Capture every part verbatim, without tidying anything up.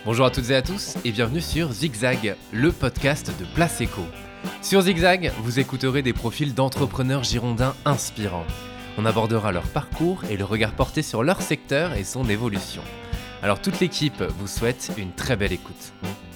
Bonjour à toutes et à tous et bienvenue sur Zigzag, le podcast de Place Éco. Sur Zigzag, vous écouterez des profils d'entrepreneurs girondins inspirants. On abordera leur parcours et le regard porté sur leur secteur et son évolution. Alors toute l'équipe vous souhaite une très belle écoute.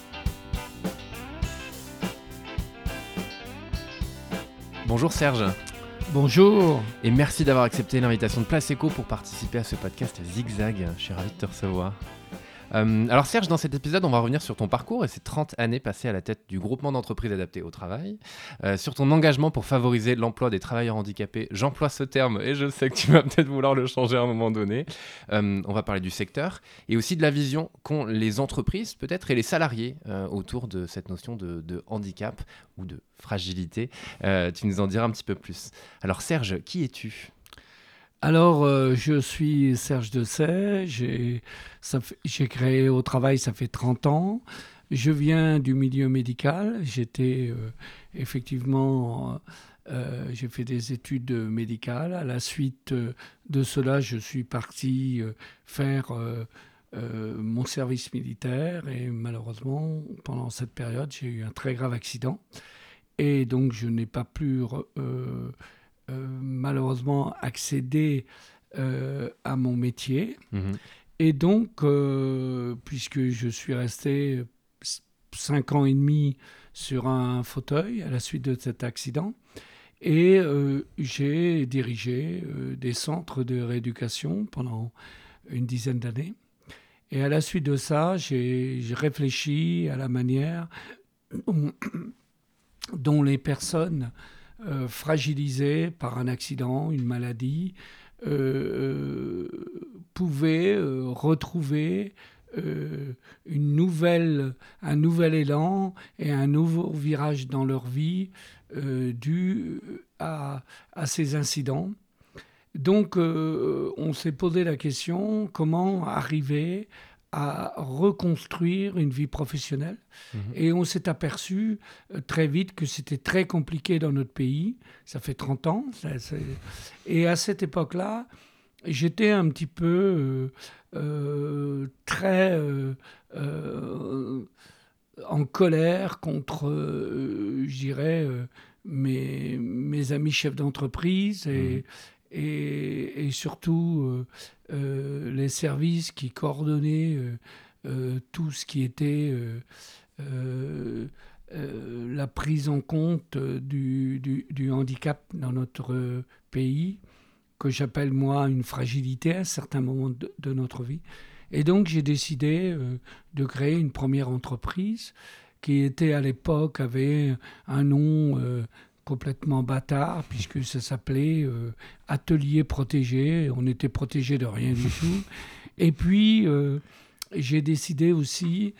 Bonjour Serge. Bonjour. Et merci d'avoir accepté l'invitation de Place Éco pour participer à ce podcast Zigzag. Je suis ravi de te recevoir. Euh, alors Serge, dans cet épisode, on va revenir sur ton parcours et ces trente années passées à la tête du groupement d'entreprises adaptées au travail, euh, sur ton engagement pour favoriser l'emploi des travailleurs handicapés. J'emploie ce terme et je sais que tu vas peut-être vouloir le changer à un moment donné. Euh, on va parler du secteur et aussi de la vision qu'ont les entreprises peut-être et les salariés euh, autour de cette notion de, de handicap ou de fragilité. Euh, tu nous en diras un petit peu plus. Alors Serge, qui es-tu ? Alors, euh, je suis Serge Dessay, j'ai, ça fait, j'ai créé au travail, ça fait trente ans. Je viens du milieu médical, j'étais euh, effectivement, euh, j'ai fait des études médicales. À la suite euh, de cela, je suis parti euh, faire euh, euh, mon service militaire et malheureusement, pendant cette période, j'ai eu un très grave accident. Et donc, je n'ai pas pu... Euh, Euh, malheureusement accéder euh, à mon métier. Mmh. Et donc, euh, puisque je suis resté cinq ans et demi sur un fauteuil à la suite de cet accident, et euh, j'ai dirigé euh, des centres de rééducation pendant une dizaine d'années. Et à la suite de ça, j'ai, j'ai réfléchi à la manière dont, dont les personnes Euh, fragilisés par un accident, une maladie, euh, pouvaient euh, retrouver euh, une nouvelle, un nouvel élan et un nouveau virage dans leur vie euh, dû à, à ces incidents. Donc, euh, on s'est posé la question, comment arriver à reconstruire une vie professionnelle. Mmh. Et on s'est aperçu euh, très vite que c'était très compliqué dans notre pays. Ça fait trente ans. Ça, c'est... Et à cette époque-là, j'étais un petit peu euh, euh, très euh, euh, en colère contre, euh, je dirais, euh, mes, mes amis chefs d'entreprise et... Mmh. Et, et surtout euh, euh, les services qui coordonnaient euh, euh, tout ce qui était euh, euh, euh, la prise en compte du, du, du handicap dans notre pays, que j'appelle moi une fragilité à un certain moment de, de notre vie. Et donc j'ai décidé euh, de créer une première entreprise qui était à l'époque, avait un nom... Euh, complètement bâtard, puisque ça s'appelait euh, Atelier Protégé. On était protégé de rien du tout. Et puis, euh, j'ai décidé aussi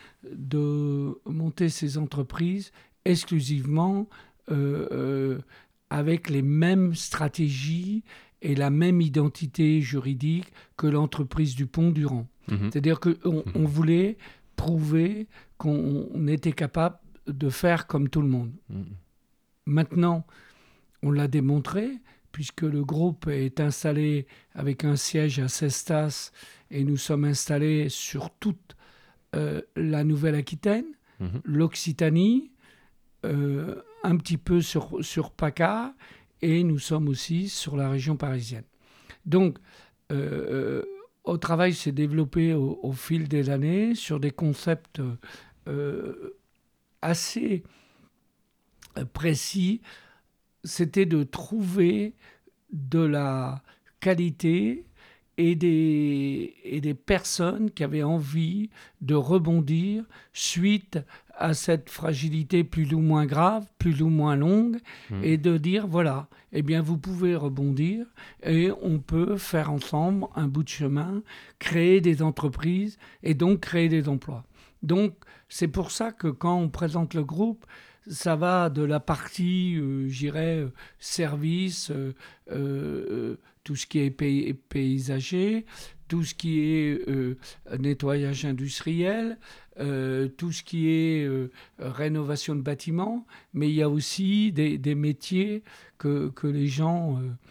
de monter ces entreprises exclusivement euh, euh, avec les mêmes stratégies et la même identité juridique que l'entreprise Dupont-Durand. Mmh. C'est-à-dire qu'on on voulait prouver qu'on était capable de faire comme tout le monde. Mmh. Maintenant, on l'a démontré, puisque le groupe est installé avec un siège à Cestas et nous sommes installés sur toute euh, la Nouvelle-Aquitaine, mmh. l'Occitanie, euh, un petit peu sur, sur PACA, et nous sommes aussi sur la région parisienne. Donc, euh, au travail s'est développé au, au fil des années sur des concepts euh, assez précis, c'était de trouver de la qualité et des, et des personnes qui avaient envie de rebondir suite à cette fragilité plus ou moins grave, plus ou moins longue, mmh. et de dire, voilà, eh bien, vous pouvez rebondir et on peut faire ensemble un bout de chemin, créer des entreprises et donc créer des emplois. Donc, c'est pour ça que quand on présente le groupe, ça va de la partie, euh, je dirais, euh, service, euh, euh, tout ce qui est pay- paysager, tout ce qui est euh, nettoyage industriel, euh, tout ce qui est euh, rénovation de bâtiments, mais il y a aussi des, des métiers que, que les gens euh,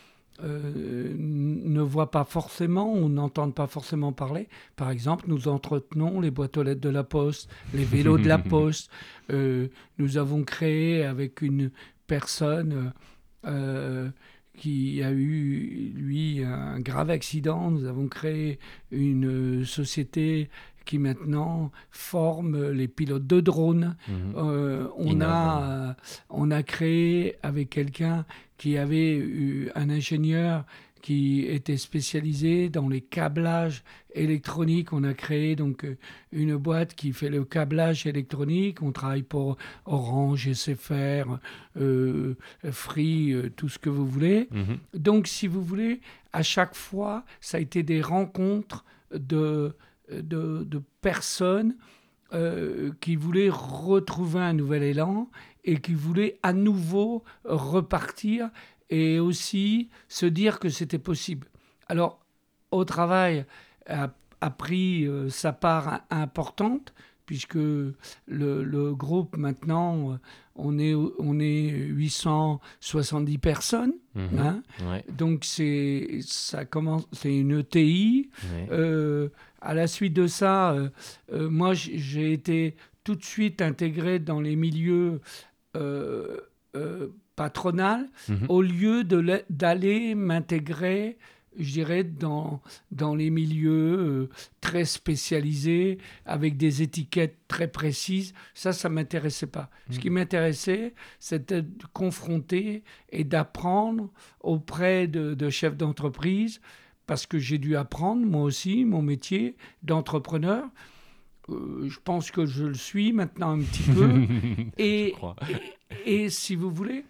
euh, ne voient pas forcément ou n'entendent pas forcément parler. Par exemple, nous entretenons les boîtes aux lettres de la Poste, les vélos de la Poste. Euh, nous avons créé avec une personne euh, qui a eu, lui, un grave accident, nous avons créé une société qui maintenant forme les pilotes de drones. Mmh. Euh, on, a, euh, on a créé avec quelqu'un qui avait eu un ingénieur qui était spécialisé dans les câblages électroniques. On a créé donc une boîte qui fait le câblage électronique. On travaille pour Orange, S F R, euh, Free, euh, tout ce que vous voulez. Mmh. Donc, si vous voulez, à chaque fois, ça a été des rencontres de... De, de personnes euh, qui voulaient retrouver un nouvel élan et qui voulaient à nouveau repartir et aussi se dire que c'était possible. Alors, Au Travail a, a pris euh, sa part importante, puisque le, le groupe, maintenant, on est, on est huit cent soixante-dix personnes. Mmh, hein, ouais. Donc, c'est, ça commence, c'est une E T I. Ouais. Euh, à la suite de ça, euh, euh, moi, j'ai été tout de suite intégré dans les milieux euh, euh, patronaux, mmh. au lieu de d'aller m'intégrer, je dirais, dans, dans les milieux euh, très spécialisés, avec des étiquettes très précises. Ça, ça ne m'intéressait pas. Mmh. Ce qui m'intéressait, c'était de confronter et d'apprendre auprès de, de chefs d'entreprise, parce que j'ai dû apprendre, moi aussi, mon métier d'entrepreneur. Euh, je pense que je le suis maintenant un petit peu. et, et, et si vous voulez...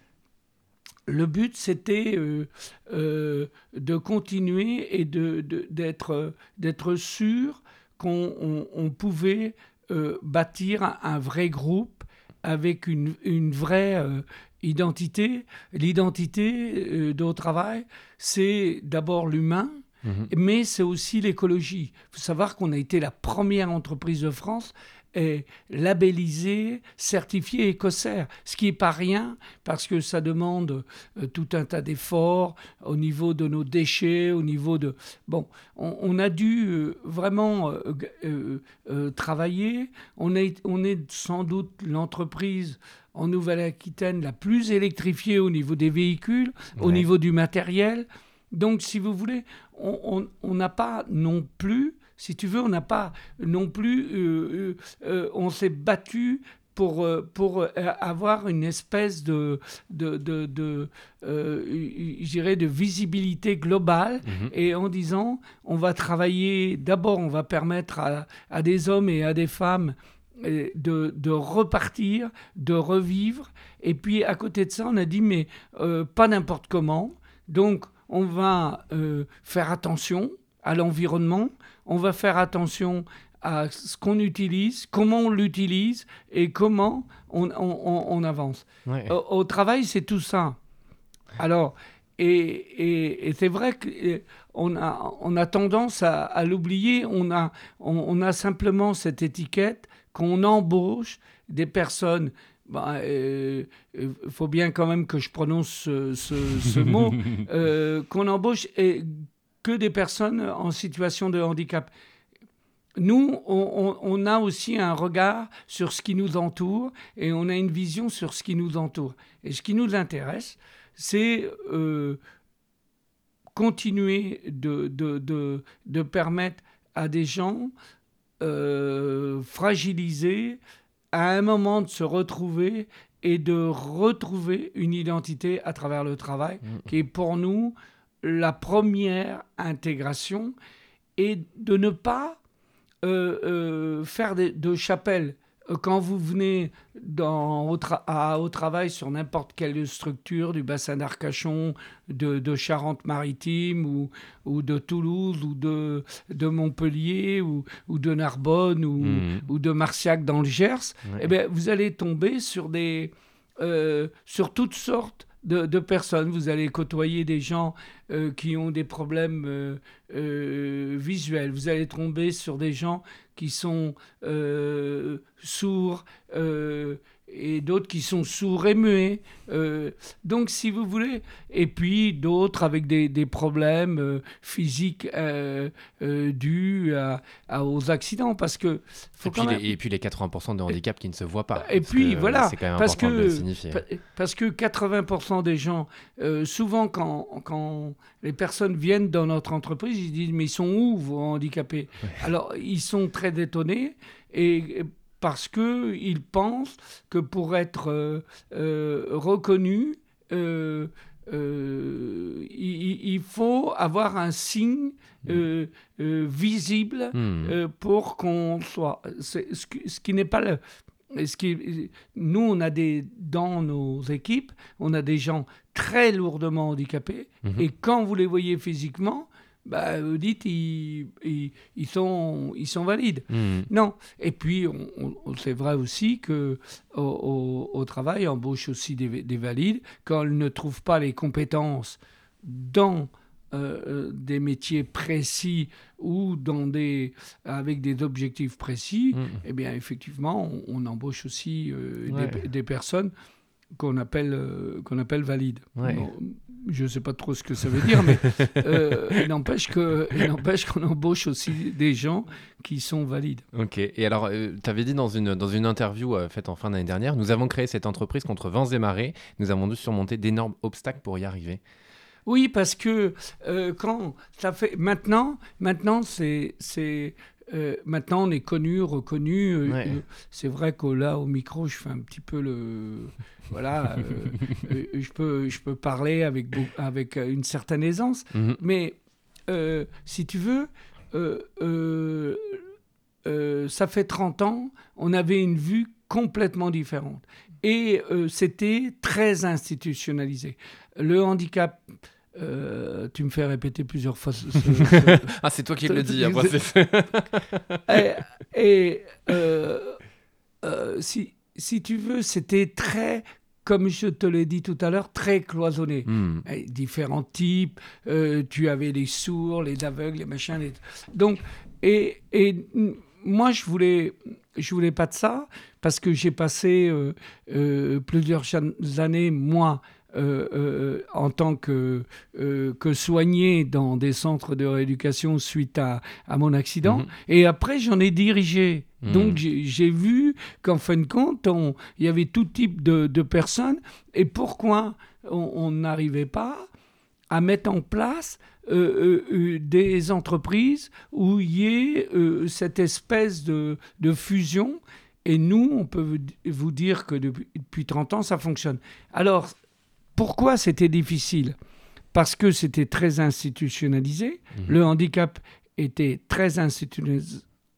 Le but, c'était euh, euh, de continuer et de, de, d'être, d'être sûr qu'on on, on pouvait euh, bâtir un, un vrai groupe avec une, une vraie euh, identité. L'identité euh, d'Au Travail, c'est d'abord l'humain, mmh. mais c'est aussi l'écologie. Il faut savoir qu'on a été la première entreprise de France est labellisé, certifié écossaire, ce qui n'est pas rien, parce que ça demande euh, tout un tas d'efforts au niveau de nos déchets, au niveau de... Bon, on, on a dû euh, vraiment euh, euh, euh, travailler. On est, on est sans doute l'entreprise en Nouvelle-Aquitaine la plus électrifiée au niveau des véhicules, ouais. au niveau du matériel. Donc, si vous voulez, on n'a pas non plus... Si tu veux, on n'a pas non plus... Euh, euh, on s'est battu pour, euh, pour avoir une espèce de, de, de, de, euh, je dirais de visibilité globale. Mmh. Et en disant, on va travailler... D'abord, on va permettre à, à des hommes et à des femmes de, de repartir, de revivre. Et puis, à côté de ça, on a dit, mais euh, pas n'importe comment. Donc, on va euh, faire attention à l'environnement. On va faire attention à ce qu'on utilise, comment on l'utilise et comment on, on, on avance. Ouais. Au, au travail, c'est tout ça. Alors, et, et, et c'est vrai qu'on a, on a tendance à, à l'oublier. On a, on, on a simplement cette étiquette qu'on embauche des personnes... Il ben, euh, faut bien quand même que je prononce ce, ce, ce mot, euh, qu'on embauche et que des personnes en situation de handicap. Nous, on, on a aussi un regard sur ce qui nous entoure et on a une vision sur ce qui nous entoure. Et ce qui nous intéresse, c'est euh, continuer de, de, de, de permettre à des gens euh, fragilisés à un moment de se retrouver et de retrouver une identité à travers le travail, mmh. qui est pour nous la première intégration, et de ne pas euh, euh, faire de, de chapelle. Quand vous venez dans, au, tra- à, au travail sur n'importe quelle structure du bassin d'Arcachon, de, de Charente-Maritime ou, ou de Toulouse ou de, de Montpellier ou, ou de Narbonne ou, mmh. ou de Marciac dans le Gers, ouais. eh bien, vous allez tomber sur, des, euh, sur toutes sortes de, de personnes. Vous allez côtoyer des gens euh, qui ont des problèmes euh, euh, visuels. Vous allez tomber sur des gens qui sont euh, sourds, euh, et d'autres qui sont sourds et muets. Euh, donc, si vous voulez, et puis d'autres avec des, des problèmes euh, physiques euh, euh, dus à, à, aux accidents, parce que faut et, puis quand même... les, et puis les quatre-vingts pour cent de handicap qui ne se voient pas. Et puis voilà, c'est quand même parce important que, de le signifier. Parce que quatre-vingts pour cent des gens, euh, souvent quand, quand les personnes viennent dans notre entreprise, ils disent mais ils sont où vos handicapés? Ouais. Alors ils sont très étonnés et parce qu'ils pensent que pour être euh, euh, reconnus, euh, euh, il, il faut avoir un signe euh, euh, visible mmh. euh, pour qu'on soit... C'est, ce, ce qui n'est pas le... Ce qui, nous, on a des, dans nos équipes, on a des gens très lourdement handicapés mmh. et quand vous les voyez physiquement, bah, vous dites ils, ils, ils, sont, ils sont valides. Mmh. Non. Et puis, on, on, c'est vrai aussi qu'au au, au travail, on embauche aussi des, des valides. Quand ils ne trouvent pas les compétences dans euh, des métiers précis ou dans des, avec des objectifs précis, mmh. eh bien, effectivement, on, on embauche aussi euh, ouais. des, des personnes qu'on appelle, euh, qu'on appelle valides. Ouais. Bon, je ne sais pas trop ce que ça veut dire, mais euh, il n'empêche que, il n'empêche qu'on embauche aussi des gens qui sont valides. Ok. Et alors, euh, tu avais dit dans une, dans une interview euh, faite en fin d'année dernière, nous avons créé cette entreprise contre vents et marées. Nous avons dû surmonter d'énormes obstacles pour y arriver. Oui, parce que euh, quand ça fait maintenant, maintenant c'est c'est Euh, maintenant, on est connu, reconnu. Euh, ouais. euh, c'est vrai que là, au micro, je fais un petit peu le... Voilà, euh, euh, je, peux, je peux parler avec, avec une certaine aisance. Mm-hmm. Mais euh, si tu veux, euh, euh, euh, ça fait trente ans, on avait une vue complètement différente. Et euh, c'était très institutionnalisé. Le handicap... Euh, tu me fais répéter plusieurs fois ce, ce, ce... Ah, c'est toi qui le dis. Après, et et euh, euh, si, si tu veux, c'était très, comme je te l'ai dit tout à l'heure, très cloisonné. Mm. Et différents types. Euh, tu avais les sourds, les aveugles, les machins. Les... Donc, et, et moi, je voulais, je voulais pas de ça parce que j'ai passé euh, euh, plusieurs années, moi, Euh, euh, en tant que, euh, que soigné dans des centres de rééducation suite à, à mon accident. Mmh. Et après, j'en ai dirigé. Mmh. Donc, j'ai, j'ai vu qu'en fin de compte, il y avait tout type de, de personnes. Et pourquoi on n'arrivait pas à mettre en place euh, euh, des entreprises où il y ait euh, cette espèce de, de fusion. Et nous, on peut vous dire que depuis, depuis trente ans, ça fonctionne. Alors, pourquoi c'était difficile ? Parce que c'était très institutionnalisé. Mmh. Le handicap était très institu-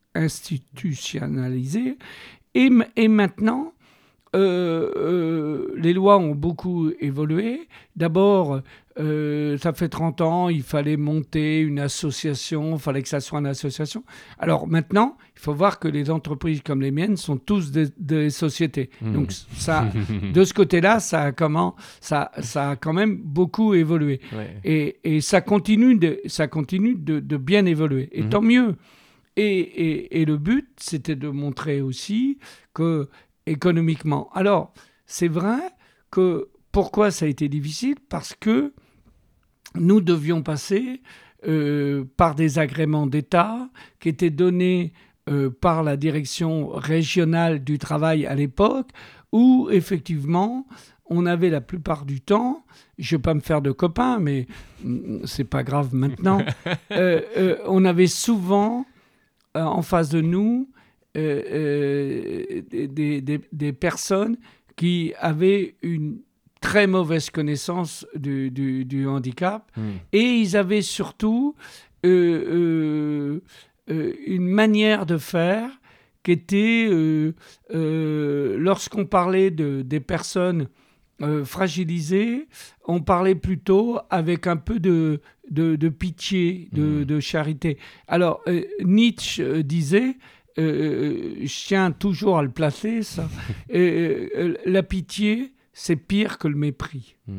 institutionnalisé. Et, et maintenant, euh, euh, les lois ont beaucoup évolué. D'abord, euh, ça fait trente ans, il fallait monter une association, il fallait que ça soit une association. Alors maintenant, il faut voir que les entreprises comme les miennes sont tous des, des sociétés. Mmh. Donc ça, de ce côté-là, ça a, comment, ça, ça a quand même beaucoup évolué. Ouais. Et, et ça continue, de, ça continue de, de bien évoluer. Et mmh. tant mieux. Et, et, et le but, c'était de montrer aussi que économiquement. Alors, c'est vrai que pourquoi ça a été difficile ? Parce que nous devions passer euh, par des agréments d'État qui étaient donnés euh, par la direction régionale du travail à l'époque, où effectivement, on avait la plupart du temps, je ne vais pas me faire de copains, mais c'est pas grave maintenant, euh, euh, on avait souvent euh, en face de nous Euh, euh, des, des, des personnes qui avaient une très mauvaise connaissance du, du, du handicap mmh. et ils avaient surtout euh, euh, euh, une manière de faire qui était, euh, euh, lorsqu'on parlait de, des personnes euh, fragilisées, on parlait plutôt avec un peu de, de, de pitié, de, mmh. de charité. Alors, euh, Nietzsche euh, disait... Euh, je tiens toujours à le placer, ça. euh, euh, la pitié, c'est pire que le mépris. Mmh.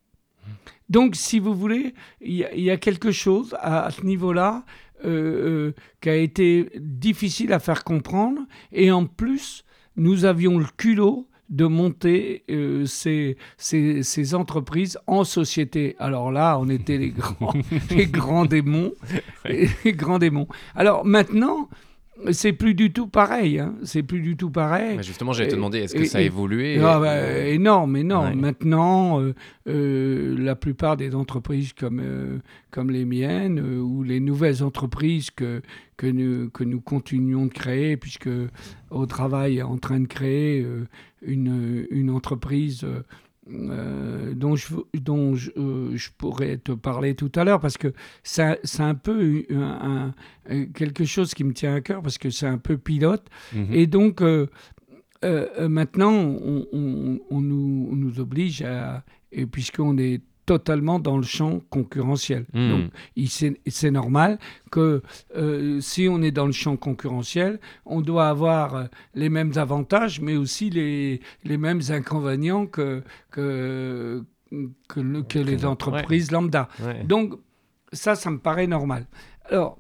Donc, si vous voulez, il y, y a quelque chose à, à ce niveau-là euh, euh, qui a été difficile à faire comprendre. Et en plus, nous avions le culot de monter euh, ces, ces, ces entreprises en société. Alors là, on était les grands, les grands démons. Les grands démons. Alors maintenant, c'est plus du tout pareil. Hein. C'est plus du tout pareil. Mais justement, j'allais te demander, est-ce que et, ça a et, évolué ah bah, énorme, énorme. Ouais. Maintenant, euh, euh, la plupart des entreprises comme, euh, comme les miennes euh, ou les nouvelles entreprises que, que, nous, que nous continuons de créer, puisque au travail est en train de créer euh, une, une entreprise euh, Euh, dont, je, dont je, euh, je pourrais te parler tout à l'heure, parce que c'est, c'est un peu un, un, quelque chose qui me tient à cœur, parce que c'est un peu pilote. Mm-hmm. Et donc, euh, euh, maintenant, on, on, on, nous, on nous oblige à... Et puisqu'on est totalement dans le champ concurrentiel. Mmh. Donc, il, c'est, c'est normal que euh, si on est dans le champ concurrentiel, on doit avoir euh, les mêmes avantages, mais aussi les, les mêmes inconvénients que, que, que, le, que les entreprises ouais. lambda. Ouais. Donc, ça, ça me paraît normal. Alors,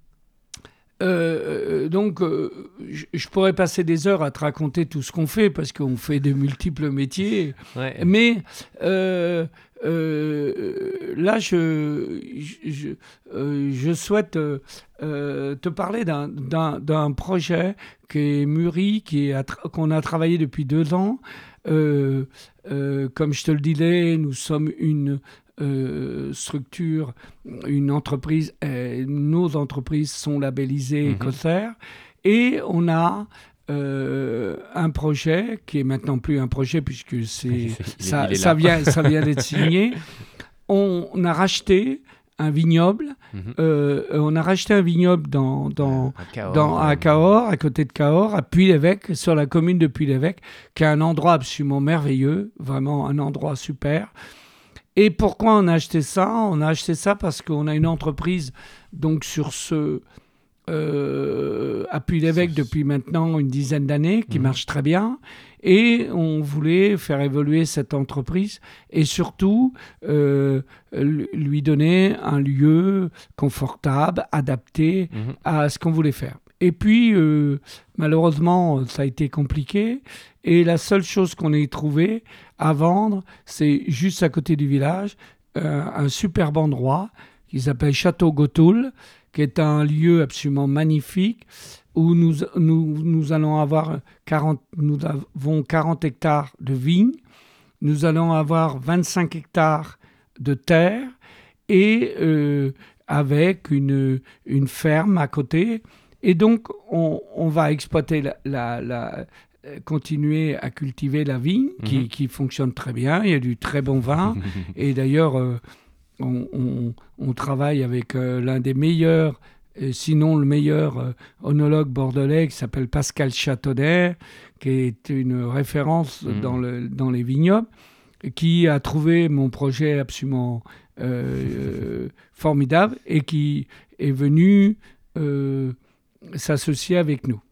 Euh, donc, euh, je, je pourrais passer des heures à te raconter tout ce qu'on fait, parce qu'on fait de multiples métiers. Ouais. Mais euh, euh, là, je, je, euh, je souhaite euh, te parler d'un, d'un, d'un projet qui est mûri, qui est, qu'on a travaillé depuis deux ans. Euh, euh, comme je te le disais, nous sommes une... Euh, structure, une entreprise, euh, nos entreprises sont labellisées mmh. Écossaire, et on a euh, un projet qui est maintenant plus un projet puisque c'est, ça, ça, vient, ça vient d'être signé. On, on a racheté un vignoble, mmh. euh, on a racheté un vignoble dans, dans, à, Cahors, dans, à Cahors, à côté de Cahors, à Puy-l'Évêque, sur la commune de Puy-l'Évêque, qui est un endroit absolument merveilleux, vraiment un endroit super. Et pourquoi on a acheté ça ? On a acheté ça parce qu'on a une entreprise donc sur ce euh, à Puy-l'Évêque depuis maintenant une dizaine d'années qui mmh. marche très bien, et on voulait faire évoluer cette entreprise et surtout euh, lui donner un lieu confortable, adapté mmh. à ce qu'on voulait faire. Et puis, euh, malheureusement, ça a été compliqué. Et la seule chose qu'on ait trouvé à vendre, c'est juste à côté du village, euh, un superbe endroit qui s'appelle Château Gautoul, qui est un lieu absolument magnifique où nous, nous, nous allons avoir quarante, nous avons quarante hectares de vignes, nous allons avoir vingt-cinq hectares de terre et euh, avec une, une ferme à côté. Et donc, on, on va exploiter la, la, la, continuer à cultiver la vigne qui, mmh. qui fonctionne très bien. Il y a du très bon vin. Et d'ailleurs, euh, on, on, on travaille avec euh, l'un des meilleurs, euh, sinon le meilleur euh, œnologue bordelais qui s'appelle Pascal Châteaudet, qui est une référence mmh. dans, le, dans les vignobles, qui a trouvé mon projet absolument euh, formidable et qui est venu... Euh, s'associer avec nous.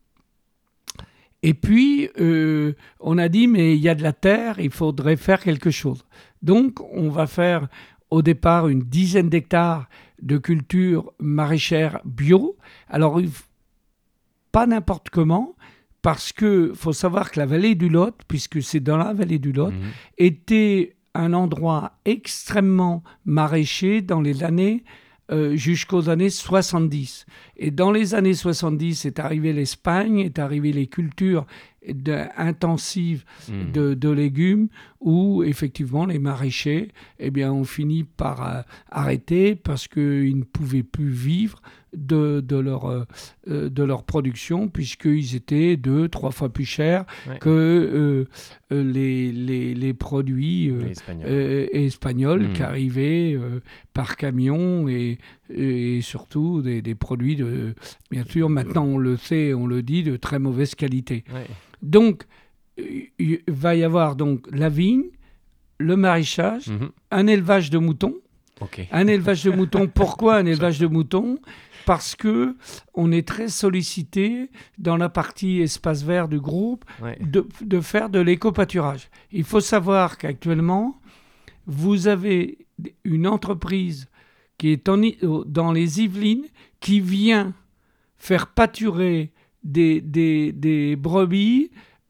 Et puis, euh, on a dit, mais il y a de la terre, il faudrait faire quelque chose. Donc, on va faire au départ une dizaine d'hectares de culture maraîchère bio. Alors, pas n'importe comment, parce qu'il faut savoir que la vallée du Lot, puisque c'est dans la vallée du Lot, mmh. était un endroit extrêmement maraîcher dans les années Euh, jusqu'aux années soixante-dix. Et dans les années soixante-dix, est arrivée l'Espagne, est arrivée les cultures de, intensives mmh. de, de légumes, où effectivement les maraîchers eh bien, ont fini par euh, arrêter parce qu'ils ne pouvaient plus vivre de, de, leur, euh, de leur production, puisqu'ils étaient deux, trois fois plus chers ouais. que euh, les, les, les produits euh, les espagnols, euh, espagnols mmh. qui arrivaient euh, par camion et, et surtout des, des produits, de, bien sûr, maintenant on le sait, on le dit, de très mauvaise qualité. Ouais. Donc, il va y avoir donc la vigne, le maraîchage, mmh. un élevage de moutons. Okay. Un élevage de moutons. Pourquoi un élevage de moutons ? Parce que on est très sollicité dans la partie espace vert du groupe ouais. de, de faire de l'éco-pâturage. Il faut savoir qu'actuellement, vous avez une entreprise qui est en, dans les Yvelines qui vient faire pâturer des, des, des brebis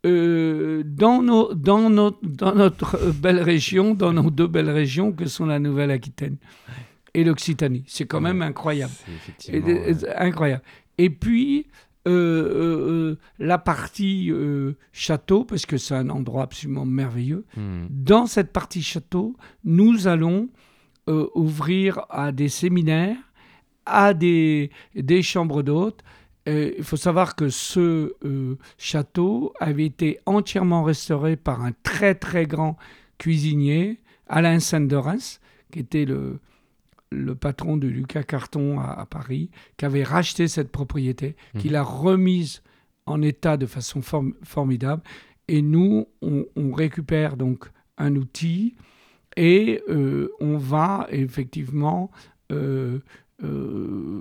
euh, dans, nos, dans, notre, dans notre belle région, dans nos deux belles régions que sont la Nouvelle-Aquitaine et l'Occitanie. C'est quand même incroyable. C'est effectivement, et, ouais. incroyable. Et puis, euh, euh, la partie euh, château, parce que c'est un endroit absolument merveilleux, Mmh. dans cette partie château, nous allons euh, ouvrir à des séminaires, à des, des chambres d'hôtes. Euh, il faut savoir que ce euh, château avait été entièrement restauré par un très très grand cuisinier, Alain Senderens, qui était le, le patron de Lucas Carton à, à Paris, qui avait racheté cette propriété, Mmh. qui l'a remise en état de façon form- formidable. Et nous, on, on récupère donc un outil et euh, on va effectivement euh, euh,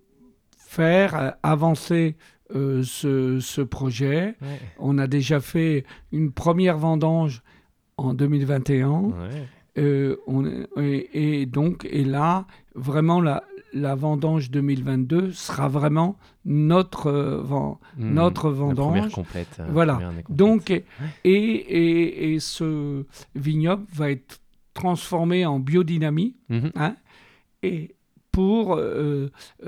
faire avancer euh, ce, ce projet. Ouais. On a déjà fait une première vendange en deux mille vingt et un. Ouais. Euh, on, et, et donc, et là, vraiment, la, la vendange deux mille vingt-deux sera vraiment notre, euh, ven- Mmh. notre La première vendange. complète. euh, Voilà. première année complète. Donc, et, et, et, et ce vignoble va être transformé en biodynamie, Mhm. hein, et pour euh,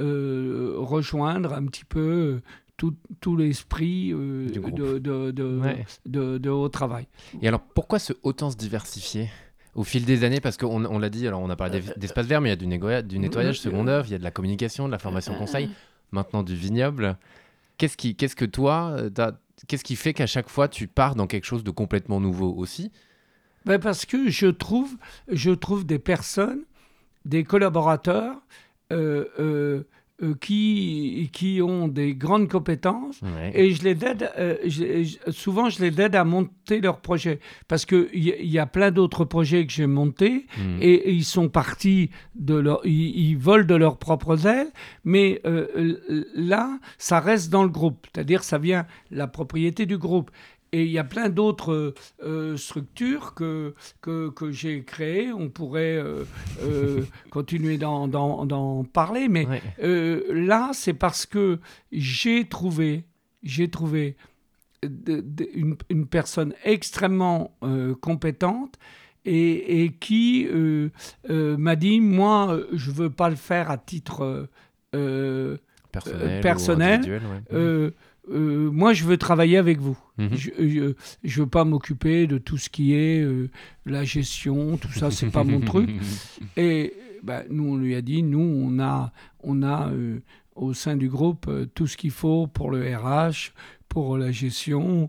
euh, rejoindre un petit peu tout, tout l'esprit euh, Du groupe. de, de, de, Ouais. de, de haut travail. Et alors, pourquoi se autant se diversifier au fil des années? Parce qu'on on l'a dit, alors on a parlé d'eff- d'espace vert, mais il y a du, négoya- du nettoyage seconde œuvre, il y a de la communication, de la formation conseil, maintenant du vignoble. Qu'est-ce qui, qu'est-ce que toi, euh, t'as- qu'est-ce qui fait qu'à chaque fois tu pars dans quelque chose de complètement nouveau aussi? Ben parce que je trouve, je trouve des personnes, des collaborateurs euh, euh, euh, qui, qui ont des grandes compétences. Ouais. Et je les aide, euh, je- je- souvent, je les aide à monter leurs projets. Parce qu'il y, y- y a plein d'autres projets que j'ai montés Mhm. et, et ils sont partis, de leur, ils, ils volent de leurs propres ailes. Mais euh, euh, là, ça reste dans le groupe. C'est-à-dire, ça vient la propriété du groupe. Et il y a plein d'autres euh, structures que, que, que j'ai créées. On pourrait euh, euh, continuer d'en, d'en, d'en parler. Mais Ouais. euh, là, c'est parce que j'ai trouvé, j'ai trouvé de- de- une, une personne extrêmement euh, compétente et, et qui euh, euh, m'a dit, moi, euh, je ne veux pas le faire à titre euh, Personnel, personnel, ou individuel, ouais. euh, euh, moi, je veux travailler avec vous. Mhm. Je ne veux pas m'occuper de tout ce qui est euh, la gestion, tout ça, c'est pas mon truc. Et bah, nous, on lui a dit, nous, on a, on a euh, au sein du groupe euh, tout ce qu'il faut pour le R H, pour la gestion.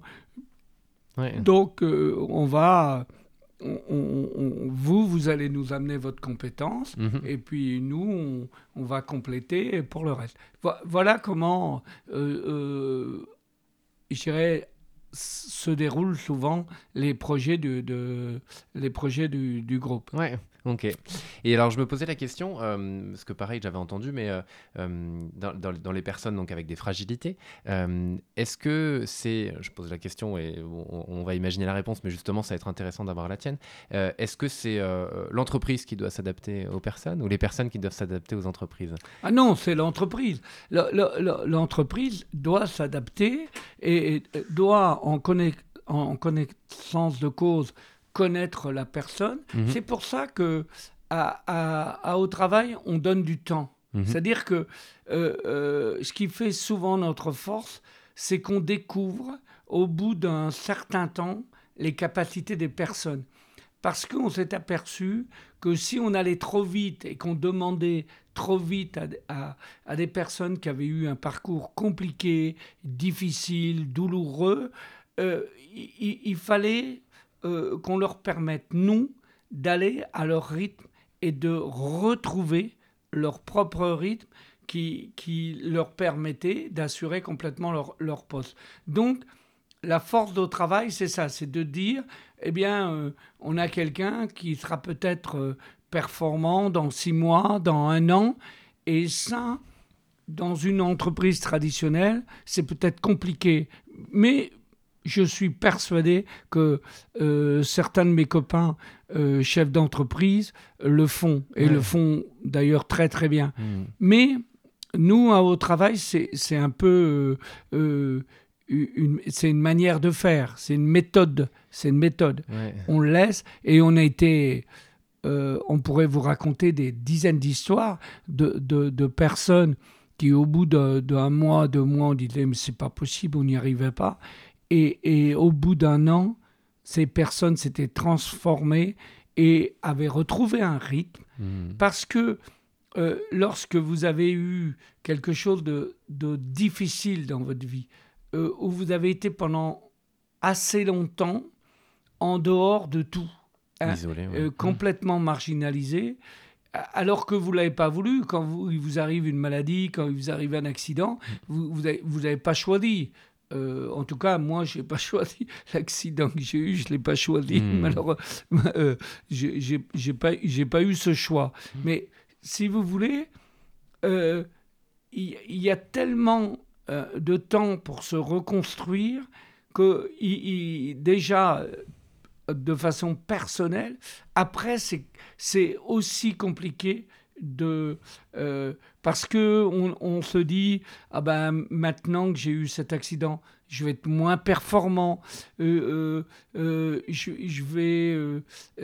Ouais. Donc, euh, on va... on- on- on- vous, vous allez nous amener votre compétence. Mhm. Et puis nous, on, on va compléter pour le reste. Vo- Voilà comment, euh, euh, je dirais, s- se déroulent souvent les projets du, de, les projets du, du groupe. Ouais, ok. Et alors, je me posais la question, euh, parce que pareil, j'avais entendu, mais euh, euh, dans, dans- dans les personnes donc, avec des fragilités, euh, est-ce que c'est, je pose la question et on, on va imaginer la réponse, mais justement, ça va être intéressant d'avoir la tienne, euh, est-ce que c'est euh, l'entreprise qui doit s'adapter aux personnes ou les personnes qui doivent s'adapter aux entreprises? Ah non, c'est l'entreprise. Le- le- le- L'entreprise doit s'adapter et, et doit, en, conna- en connaissance de cause, connaître la personne. Mhm. C'est pour ça que à, à- à Au Travail, on donne du temps. Mhm. C'est-à-dire que euh, euh, ce qui fait souvent notre force, c'est qu'on découvre au bout d'un certain temps les capacités des personnes. Parce qu'on s'est aperçu que si on allait trop vite et qu'on demandait trop vite à, à- à des personnes qui avaient eu un parcours compliqué, difficile, douloureux, euh, il, il fallait euh, qu'on leur permette, nous, d'aller à leur rythme et de retrouver leur propre rythme qui, qui leur permettait d'assurer complètement leur, leur poste. Donc, la force d'Au Travail, c'est ça, c'est de dire, eh bien, euh, on a quelqu'un qui sera peut-être euh, performant dans six mois, dans un an, et ça, dans une entreprise traditionnelle, c'est peut-être compliqué. Mais je suis persuadé que euh, certains de mes copains euh, chefs d'entreprise euh, le font, et Ouais. le font d'ailleurs très très bien. Mhm. Mais nous, à Au Travail, c'est c'est un peu euh, euh, une, c'est une manière de faire, c'est une méthode, c'est une méthode. Ouais. On laisse et on a été, euh, on pourrait vous raconter des dizaines d'histoires de, de, de personnes qui au bout de, d'un mois, deux mois, on disait mais c'est pas possible, on n'y arrivait pas. Et, et au bout d'un an, ces personnes s'étaient transformées et avaient retrouvé un rythme mmh. parce que euh, lorsque vous avez eu quelque chose de, de difficile dans votre vie, euh, où vous avez été pendant assez longtemps en dehors de tout, hein, Isolé, ouais. euh, complètement mmh. marginalisé, alors que vous ne l'avez pas voulu, quand vous, il vous arrive une maladie, quand il vous arrive un accident, mmh. vous n'avez vous vous pas choisi. Euh, en tout cas, moi, je n'ai pas choisi l'accident que j'ai eu, je ne l'ai pas choisi. Mmh. Malheureusement, euh, je n'ai pas, pas eu ce choix. Mmh. Mais si vous voulez, il euh, y, y a tellement euh, de temps pour se reconstruire que y, y, déjà, de façon personnelle, après, c'est, c'est aussi compliqué de... Euh, parce qu'on on se dit, ah ben, maintenant que j'ai eu cet accident, je vais être moins performant, euh, euh, euh, je, je vais... Euh,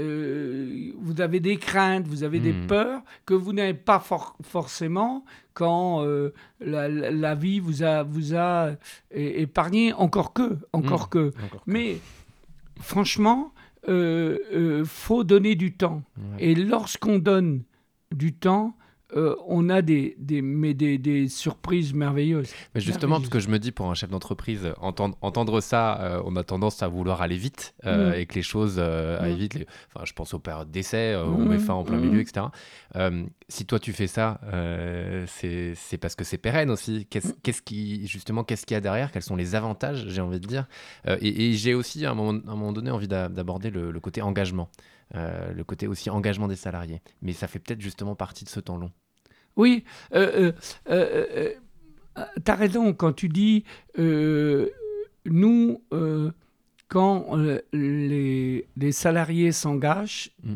euh, vous avez des craintes, vous avez mmh. des peurs que vous n'avez pas for- forcément quand euh, la, la vie vous a, vous a épargné, encore que, encore mmh. que. Encore Mais que. franchement, il euh, euh, faut donner du temps. Ouais. Et lorsqu'on donne du temps, euh, on a des, des, mais des, des surprises merveilleuses. Mais justement, parce que je me dis, pour un chef d'entreprise, entendre, entendre ça, euh, on a tendance à vouloir aller vite euh, mmh. et que les choses euh, mmh. aillent vite. Les, enfin, je pense aux périodes d'essai, euh, mmh. on met fin en plein mmh. milieu, et cetera. Euh, si toi, tu fais ça, euh, c'est, c'est parce que c'est pérenne aussi. Qu'est-ce, qu'est-ce qui, justement, qu'est-ce qu'il y a derrière ? Quels sont les avantages, j'ai envie de dire ? euh, et, et j'ai aussi, à un moment, à un moment donné, envie d'aborder le, le côté engagement. Euh, le côté aussi engagement des salariés. Mais ça fait peut-être justement partie de ce temps long. Oui, euh, euh, euh, euh, tu as raison quand tu dis, euh, nous, euh, quand euh, les, les salariés s'engagent, mmh.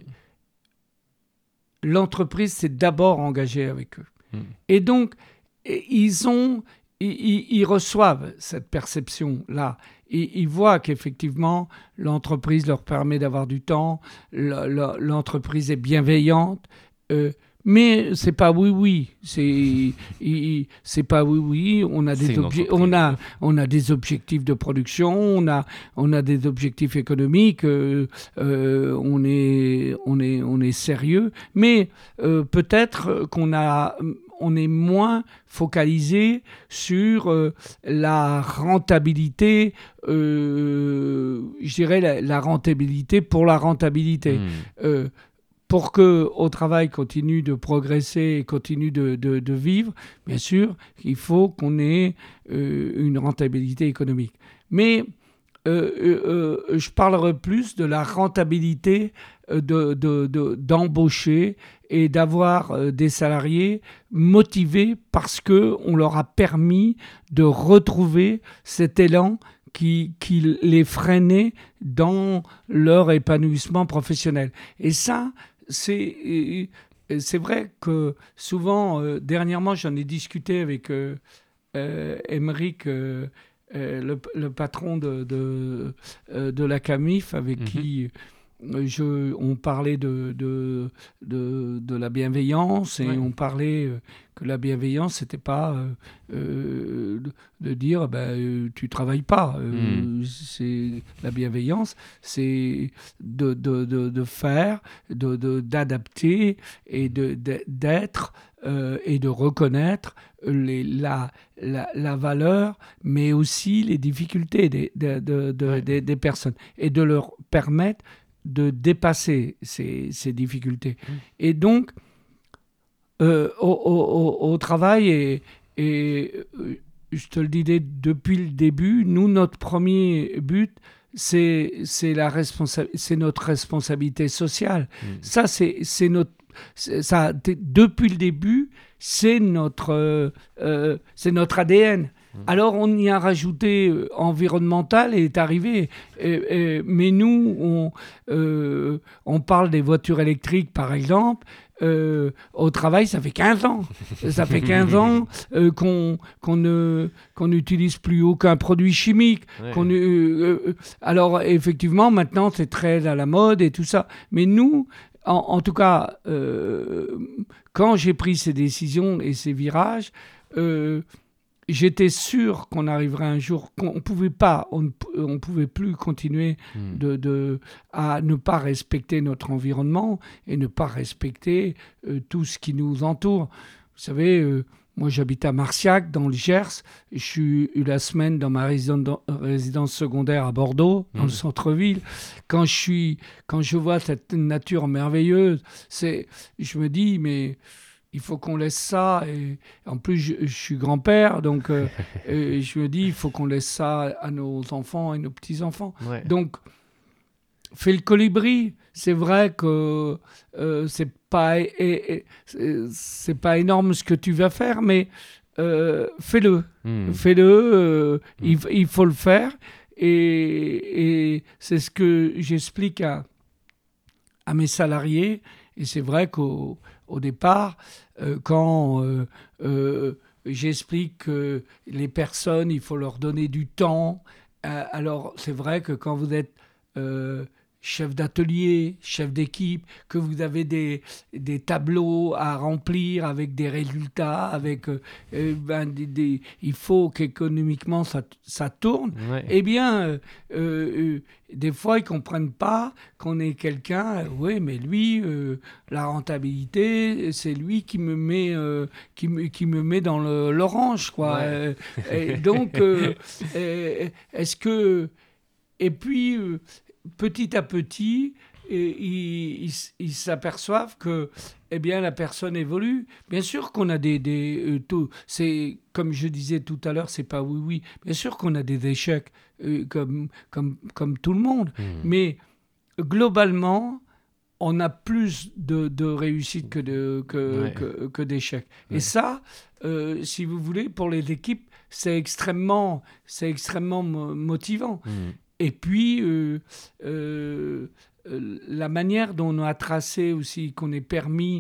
l'entreprise s'est d'abord engagée avec eux. Mmh. Et donc, ils ont... Ils, ils reçoivent cette perception-là. Ils, ils voient qu'effectivement, l'entreprise leur permet d'avoir du temps, la, la, l'entreprise est bienveillante, euh, mais c'est pas oui-oui. C'est, il, c'est pas oui-oui. On a, des obje- on, a, on a des objectifs de production, on a, on a des objectifs économiques, euh, euh, on, est, on, est, on est sérieux, mais euh, peut-être qu'on a... on est moins focalisé sur euh, la rentabilité, euh, je dirais la, la rentabilité pour la rentabilité. Mmh. Euh, pour qu'au travail continue de progresser et continue de, de, de vivre, bien sûr, il faut qu'on ait euh, une rentabilité économique. Mais euh, euh, je parlerai plus de la rentabilité de, de, de, d'embaucher et d'avoir euh, des salariés motivés parce qu'on leur a permis de retrouver cet élan qui, qui les freinait dans leur épanouissement professionnel. Et ça, c'est, c'est vrai que souvent, euh, dernièrement, j'en ai discuté avec euh, euh, Émeric, euh, euh, le, le patron de, de, euh, de la CAMIF, avec mmh. qui... Je, on parlait de, de, de, de la bienveillance et ouais. on parlait euh, que la bienveillance, c'était pas euh, euh, de, de dire ben, euh, tu travailles pas. Euh, mmh. C'est, la bienveillance, c'est de, de, de, de faire, de, de, d'adapter et de, de, d'être euh, et de reconnaître les, la, la, la valeur, mais aussi les difficultés des, de, de, de, ouais. des, des personnes et de leur permettre de dépasser ces, ces difficultés. Mmh. Et donc, euh, au, au, au travail, et, et je te le disais depuis le début, nous, notre premier but, c'est, c'est, la responsa- c'est notre responsabilité sociale. Mmh. Ça, c'est, c'est notre... C'est, ça, depuis le début, c'est notre, euh, c'est notre A D N. Alors, on y a rajouté euh, environnemental et est arrivé. Et, et, mais nous, on, euh, on parle des voitures électriques, par exemple, euh, au travail, ça fait quinze ans. Ça fait quinze ans euh, qu'on, qu'on ne, qu'on n'utilise plus aucun produit chimique. Ouais. Qu'on, euh, euh, alors, effectivement, maintenant, c'est très à la mode et tout ça. Mais nous, en, en tout cas, euh, quand j'ai pris ces décisions et ces virages, euh, j'étais sûr qu'on arriverait un jour, qu'on pouvait pas, on ne on pouvait plus continuer Mm. de, de, à ne pas respecter notre environnement et ne pas respecter euh, tout ce qui nous entoure. Vous savez, euh, moi j'habite à Marciac, dans le Gers. Je suis eu la semaine dans ma résidence, résidence secondaire à Bordeaux, dans Mm. le centre-ville. Quand je, suis, quand je vois cette nature merveilleuse, c'est, je me dis, mais il faut qu'on laisse ça. Et en plus, je, je suis grand-père, donc euh, et je me dis, il faut qu'on laisse ça à nos enfants et nos petits-enfants. Ouais. Donc, fais le colibri. C'est vrai que euh, c'est pas, et, et, c'est, c'est pas énorme ce que tu vas faire, mais euh, fais-le. Mm. Fais-le. Euh, Mm. il, il faut le faire. Et, et c'est ce que j'explique à, à mes salariés. Et c'est vrai qu'au au départ, euh, quand euh, euh, j'explique que les personnes, il faut leur donner du temps. Euh, alors, c'est vrai que quand vous êtes euh, chef d'atelier, chef d'équipe, que vous avez des, des tableaux à remplir avec des résultats, avec, euh, euh, ben, des, des, il faut qu'économiquement ça, ça tourne. Ouais. Eh bien, euh, euh, des fois, ils ne comprennent pas qu'on est quelqu'un, euh, oui, mais lui, euh, la rentabilité, c'est lui qui me met, euh, qui me, qui me met dans le, l'orange, quoi. Ouais. Euh, et donc, euh, euh, est-ce que... Et puis, euh, petit à petit, et, ils, ils, ils s'aperçoivent que eh bien, la personne évolue. Bien sûr qu'on a des... des euh, tout, c'est, comme je disais tout à l'heure, c'est pas oui-oui. Bien sûr qu'on a des échecs, euh, comme, comme, comme tout le monde. Mm. Mais globalement, on a plus de, de réussite que, de, que, Ouais. que, que d'échecs. Ouais. Et ça, euh, si vous voulez, pour les équipes, c'est extrêmement, c'est extrêmement mo- motivant. Mm. Et puis, euh, euh, euh, la manière dont on a tracé aussi, qu'on ait permis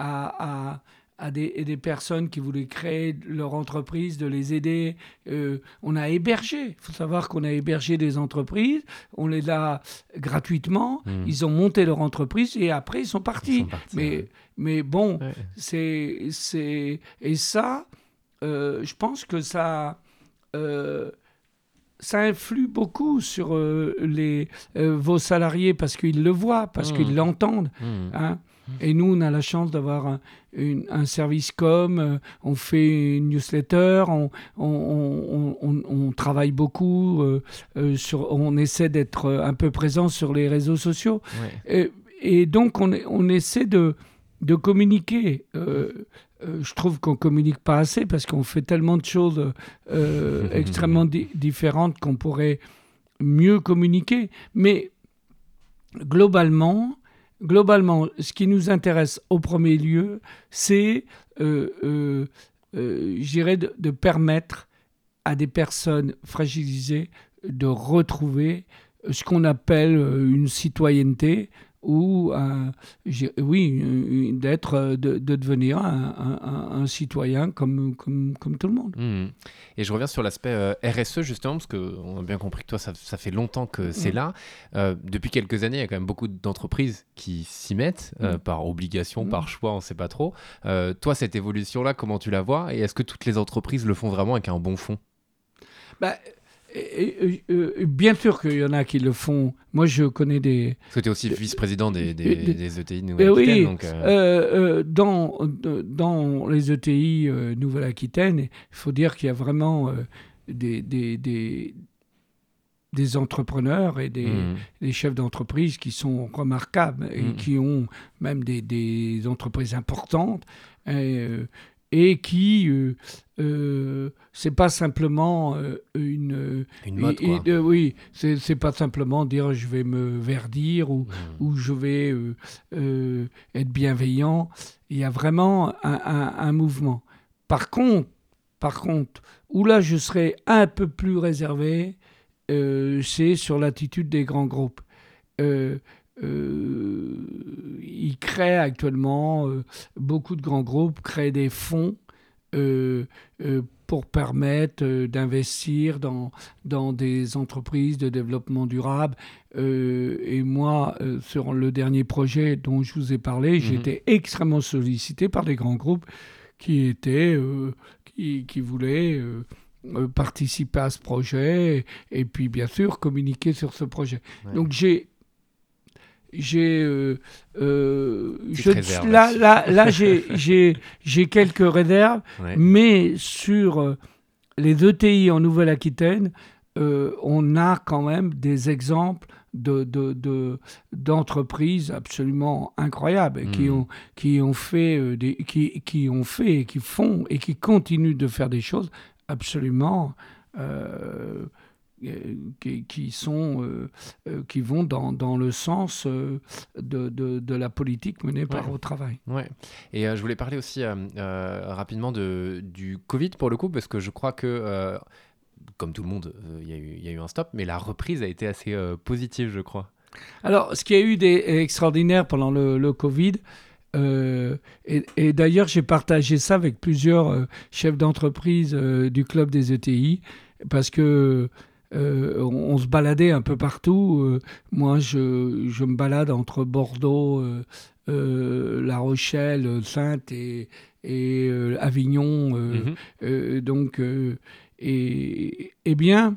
à, à, à des, et des personnes qui voulaient créer leur entreprise, de les aider. Euh, on a hébergé. Il faut savoir qu'on a hébergé des entreprises. On les a gratuitement. Mm. Ils ont monté leur entreprise et après, ils sont partis. Ils sont partis, mais, ouais. mais bon, Ouais. c'est, c'est... Et ça, euh, je pense que ça... Euh, ça influe beaucoup sur euh, les, euh, vos salariés parce qu'ils le voient, parce Mmh. qu'ils l'entendent. Mm. Hein. Et nous, on a la chance d'avoir un, une, un service com, euh, on fait une newsletter, on, on, on, on, on travaille beaucoup, euh, euh, sur, on essaie d'être un peu présent sur les réseaux sociaux. Ouais. Et, et donc, on, on essaie de, de communiquer. Euh, euh, je trouve qu'on ne communique pas assez parce qu'on fait tellement de choses euh, extrêmement di- différentes qu'on pourrait mieux communiquer. Mais globalement, globalement, ce qui nous intéresse au premier lieu, c'est, euh, euh, euh, je dirais, de, de permettre à des personnes fragilisées de retrouver ce qu'on appelle euh, une citoyenneté ou un, j'ai- oui, euh, d'être, euh, de, de devenir un, un- un- un citoyen comme, comme, comme tout le monde. Mm. Et je reviens sur l'aspect euh, R S E justement, parce qu'on a bien compris que toi, ça, ça fait longtemps que c'est Mm. là. Euh, depuis quelques années, il y a quand même beaucoup d'entreprises qui s'y mettent, euh, Mm. par obligation, Mm. par choix, on ne sait pas trop. Euh, toi, cette évolution-là, comment tu la vois? Et est-ce que toutes les entreprises le font vraiment avec un bon fond? Bah, et- et- euh, bien sûr qu'il y en a qui le font. Moi, je connais des... Parce que tu es aussi vice-président des, des, des- des E T I de Eh Nouvelle-Aquitaine. oui, donc, euh, euh, euh, dans, de- dans les E T I euh, Nouvelle-Aquitaine, il faut dire qu'il y a vraiment euh, des, des, des, des entrepreneurs et des, mm. des chefs d'entreprise qui sont remarquables et Mm. qui ont même des, des entreprises importantes et, euh, et qui, euh, euh, c'est pas simplement euh, une... Une mode, et- quoi. et, euh, oui, c'est c'est pas simplement dire je vais me verdir ou, Mm. où je vais euh, euh, être bienveillant. Il y a vraiment un, un- un mouvement. Par contre, par contre, où là je serais un peu plus réservé, euh, c'est sur l'attitude des grands groupes. Euh, euh, ils créent actuellement, euh, beaucoup de grands groupes créent des fonds euh, euh, pour permettre euh, d'investir dans, dans des entreprises de développement durable. Euh, et moi, euh, sur le dernier projet dont je vous ai parlé, Mmh. j'ai été extrêmement sollicité par des grands groupes qui étaient, euh, qui, qui voulaient euh, euh, participer à ce projet et, et puis bien sûr communiquer sur ce projet. Ouais. Donc j'ai j'ai euh, euh, Petite je- réserve là là-dessus. là là j'ai j'ai j'ai quelques réserves, Ouais. mais sur euh, les E T I en Nouvelle-Aquitaine, euh, on a quand même des exemples de, de, de- d'entreprises absolument incroyables qui Mmh. ont, qui ont fait euh, des, qui, qui ont fait et qui font et qui continuent de faire des choses absolument euh, euh, qui, qui sont euh, euh, qui vont dans, dans le sens euh, de, de, de la politique menée par Ouais. Au Travail. Ouais. Et euh, je voulais parler aussi euh, euh, rapidement de, du Covid pour le coup, parce que je crois que, euh, comme tout le monde, euh, il y a eu- il y a eu un stop, mais la reprise a été assez euh, positive, je crois. Alors, ce qui a eu d'extraordinaire pendant le, le Covid, euh, et, et d'ailleurs j'ai partagé ça avec plusieurs euh, chefs d'entreprise euh, du club des E T I, parce que euh, on, on se baladait un peu partout. Euh, moi, je, je me balade entre Bordeaux, euh, euh, La Rochelle, Saintes et, et euh, Avignon. euh, Mhm. euh, donc, euh, et, et bien,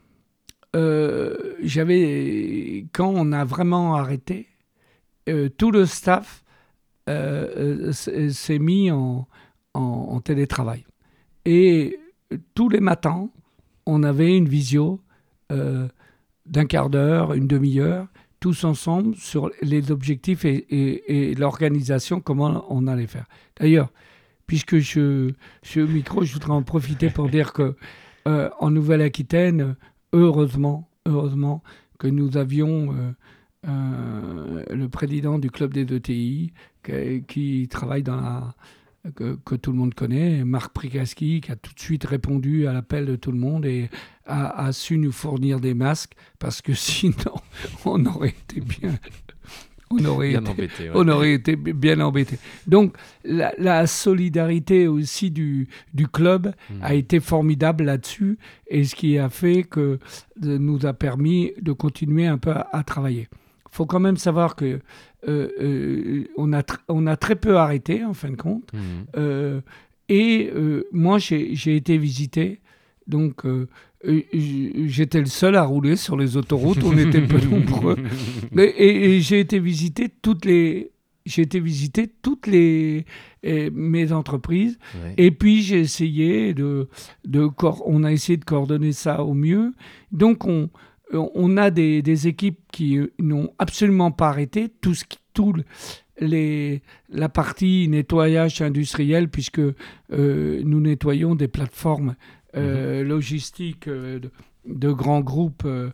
euh, j'avais, quand on a vraiment arrêté, euh, tout le staff euh, euh, s'est s'est mis en, en, en télétravail. Et tous les matins, on avait une visio euh, d'un quart d'heure, une demi-heure, tous ensemble sur les objectifs et, et- et l'organisation, comment on allait faire. D'ailleurs, puisque je, je suis au micro, je voudrais en profiter pour dire que euh, en Nouvelle-Aquitaine, heureusement, heureusement que nous avions euh, euh, le président du club des E T I qui, qui travaille dans la que, que tout le monde connaît, Marc Prikaski, qui a tout de suite répondu à l'appel de tout le monde et a, a su nous fournir des masques, parce que sinon, on aurait été bien... On aurait, Bien été, embêté. Ouais. on aurait été bien embêté. Donc, la, la solidarité aussi du, du club Mhm. a été formidable là-dessus, et ce qui a fait que de- nous a permis de continuer un peu à, à travailler. Il faut quand même savoir que euh, euh, on, a tr- on a très peu arrêté, en fin de compte. Mhm. Euh, et euh, moi, j'ai j'ai été visité. Donc, euh, euh, j- j'étais le seul à rouler sur les autoroutes. On était peu nombreux. Et, et- et j'ai été visiter toutes les, j'ai été visiter toutes les eh, mes entreprises. Ouais. Et puis j'ai essayé de, de cor- on a essayé de coordonner ça au mieux. Donc on, on a des, des équipes qui n'ont absolument pas arrêté tout ce qui, tout le- les, la partie nettoyage industriel, puisque euh, nous nettoyons des plateformes euh, logistiques euh, de, de grands groupes. euh,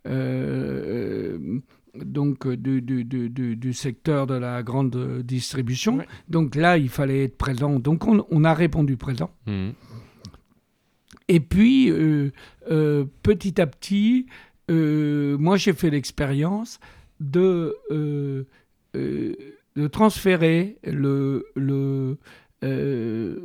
euh, donc euh, du, du, du, du- du secteur de la grande euh, distribution. Ouais. Donc là, il fallait être présent. Donc on, on a répondu présent. Mhm. Et puis, euh, euh, petit à petit, euh, moi, j'ai fait l'expérience de, euh, euh, de transférer le, le, euh,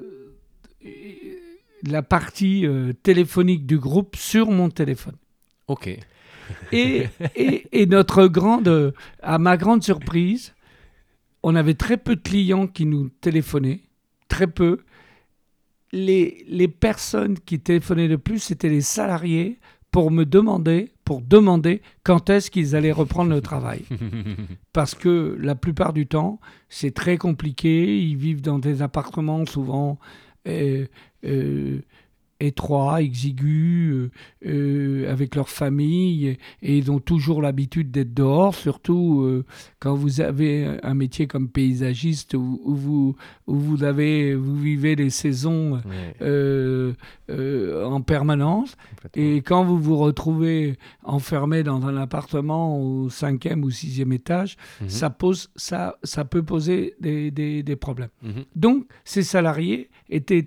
la partie euh, téléphonique du groupe sur mon téléphone. Ok. Et, et, et notre grande, à ma grande surprise, on avait très peu de clients qui nous téléphonaient, très peu. Les, les personnes qui téléphonaient le plus, c'était les salariés pour me demander, pour demander quand est-ce qu'ils allaient reprendre le travail. Parce que la plupart du temps, c'est très compliqué. Ils vivent dans des appartements souvent euh, euh, étroits, exigus, euh, euh, avec leur famille, et, et ils ont toujours l'habitude d'être dehors, surtout euh, quand vous avez un métier comme paysagiste où, où vous, où vous, avez, vous vivez les saisons Ouais, euh, euh, en permanence. complètement. Et quand vous vous retrouvez enfermé dans un appartement au cinquième ou sixième étage, Mhm. ça, pose, ça, ça peut poser des, des, des problèmes. Mhm. Donc, ces salariés étaient,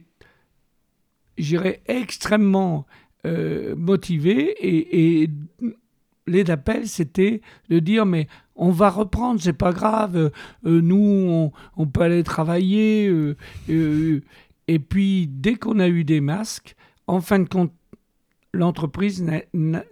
je dirais, extrêmement euh, motivés et, et les d'appel, c'était de dire mais on va reprendre, c'est pas grave, euh, nous on, on peut aller travailler. Euh, euh, et puis dès qu'on a eu des masques, en fin de compte, l'entreprise n'a, n'a,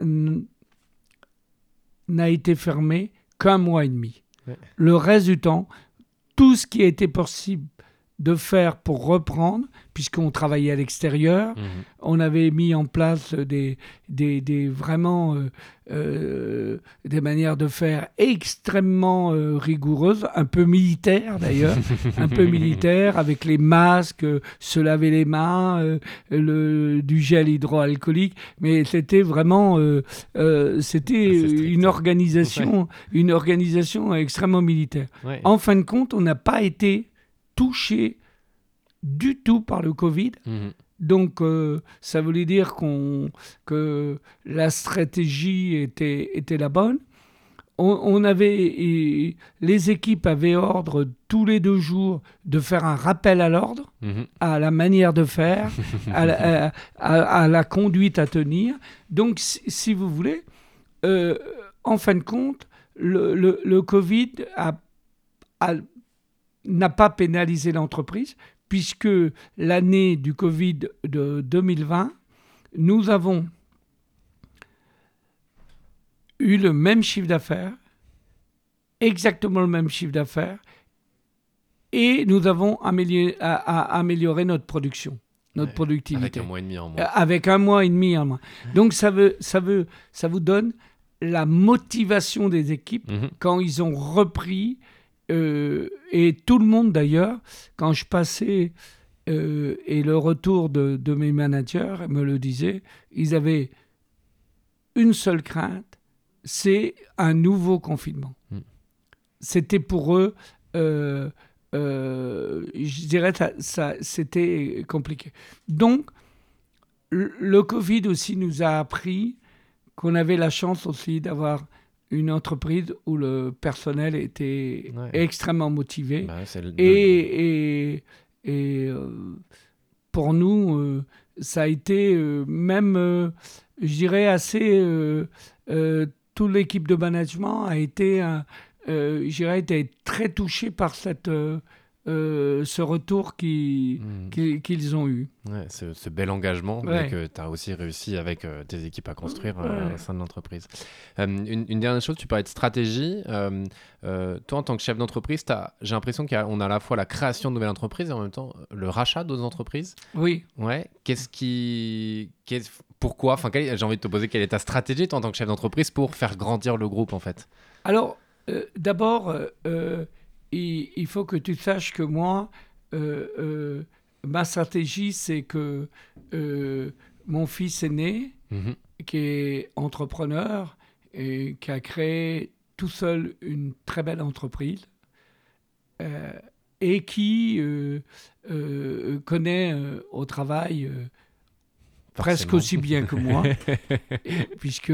n'a été fermée qu'un mois et demi. Ouais. Le reste du temps, tout ce qui a été possible de faire pour reprendre, puisqu'on travaillait à l'extérieur, mmh. on avait mis en place des, des, des vraiment euh, euh, des manières de faire extrêmement euh, rigoureuses, un peu militaires d'ailleurs, un peu militaires, avec les masques, euh, se laver les mains, euh, le, du gel hydroalcoolique, mais c'était vraiment euh, euh, c'était une organisation, ouais. une organisation extrêmement militaire. Ouais. En fin de compte, on n'a pas été touché du tout par le Covid. Mmh. Donc, euh, ça voulait dire qu'on, que la stratégie était, était la bonne. On, on avait, et les équipes avaient ordre tous les deux jours de faire un rappel à l'ordre, mmh. à la manière de faire, à, la, à, à, à la conduite à tenir. Donc, si, si vous voulez, euh, en fin de compte, le, le, le Covid a, a n'a pas pénalisé l'entreprise, puisque l'année du Covid de deux mille vingt, nous avons eu le même chiffre d'affaires, exactement le même chiffre d'affaires, et nous avons amélioré, à, à amélioré notre production, notre ouais, productivité. Avec un mois et demi en moins. Avec un mois et demi en moins. Donc ça, veut, ça, veut, ça vous donne la motivation des équipes mmh. quand ils ont repris. Euh, et tout le monde d'ailleurs, quand je passais euh, et le retour de, de mes managers me le disait, ils avaient une seule crainte, c'est un nouveau confinement. Mm. C'était pour eux, euh, euh, je dirais, ça, ça, c'était compliqué. Donc, le, le Covid aussi nous a appris qu'on avait la chance aussi d'avoir une entreprise où le personnel était ouais. extrêmement motivé. Bah, c'est le... Et, et, et euh, pour nous, euh, ça a été euh, même, euh, je dirais, assez... Euh, euh, toute l'équipe de management a été, euh, je dirais, été très touchée par cette... Euh, Euh, ce retour qui, mmh. qui, qu'ils ont eu. Ouais, ce, ce bel engagement ouais. que tu as aussi réussi avec euh, tes équipes à construire ouais. euh, au sein de l'entreprise. Euh, une, une dernière chose, tu parlais de stratégie. Euh, euh, toi, en tant que chef d'entreprise, j'ai l'impression qu'on a, a à la fois la création de nouvelles entreprises et en même temps le rachat d'autres entreprises. Oui. Ouais. Qu'est-ce qui... Qu'est-ce, pourquoi enfin, quelle, j'ai envie de te poser quelle est ta stratégie, toi, en tant que chef d'entreprise, pour faire grandir le groupe, en fait? Alors, euh, d'abord... Euh, il faut que tu saches que moi, euh, euh, ma stratégie, c'est que euh, mon fils aîné, mmh. qui est entrepreneur et qui a créé tout seul une très belle entreprise euh, et qui euh, euh, connaît euh, au travail euh, presque aussi bien que moi, et, puisque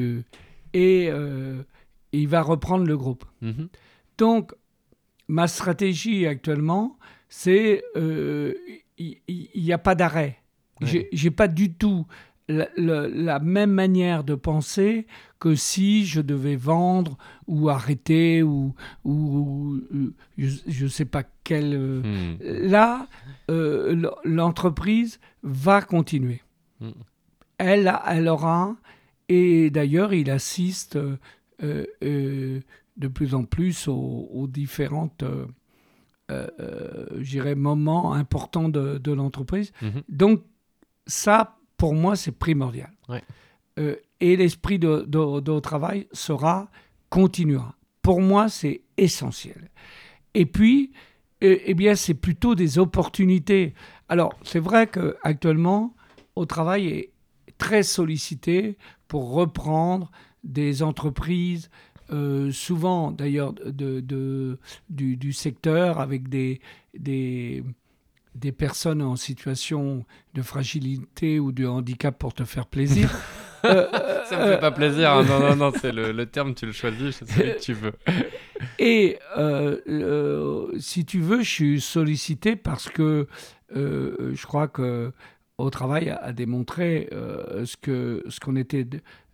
et euh, il va reprendre le groupe. Mmh. Donc, ma stratégie actuellement, c'est il euh, n'y a pas d'arrêt. Ouais. Je n'ai pas du tout la, la, la même manière de penser que si je devais vendre ou arrêter ou, ou, ou je ne sais pas quel... Euh, mmh. Là, euh, l'entreprise va continuer. Mmh. Elle, elle aura... Et d'ailleurs, il assiste... Euh, euh, de plus en plus aux, aux différentes, euh, euh, je dirais, moments importants de, de l'entreprise. Mmh. Donc, ça, pour moi, c'est primordial. Ouais. Euh, et l'esprit de, de, de travail sera, continuera. Pour moi, c'est essentiel. Et puis, eh, eh bien, c'est plutôt des opportunités. Alors, c'est vrai qu'actuellement, au travail est très sollicité pour reprendre des entreprises, Euh, souvent d'ailleurs de, de, du, du secteur avec des, des, des personnes en situation de fragilité ou de handicap pour te faire plaisir. euh, Ça me fait euh, pas plaisir, hein. non, non, non, c'est le, le terme, tu le choisis, c'est celui que tu veux. Et euh, euh, si tu veux, je suis sollicité parce que euh, je crois que au travail a, a démontré euh, ce, que, ce qu'on était... De,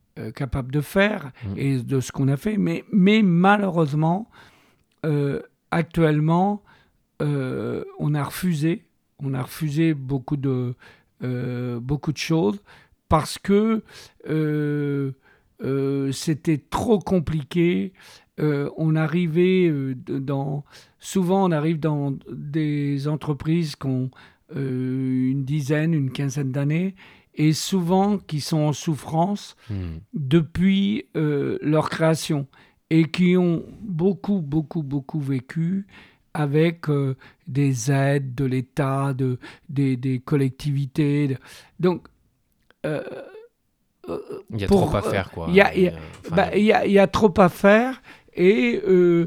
euh, capable de faire Mmh. et de ce qu'on a fait. Mais, mais malheureusement, euh, actuellement, euh, on a refusé, on a refusé beaucoup de, euh, beaucoup de choses parce que euh, euh, c'était trop compliqué. Euh, on arrivait euh, dans, souvent on arrive dans des entreprises qui ont euh, une dizaine, une quinzaine d'années et souvent qui sont en souffrance Mmh. depuis euh, leur création et qui ont beaucoup, beaucoup, beaucoup vécu avec euh, des aides de l'État, de, des, des collectivités. De... Donc, euh, Il y a pour, trop à faire, quoi. Il y a, il y a, Et, euh, enfin, bah, il y a, il y a trop à faire et euh,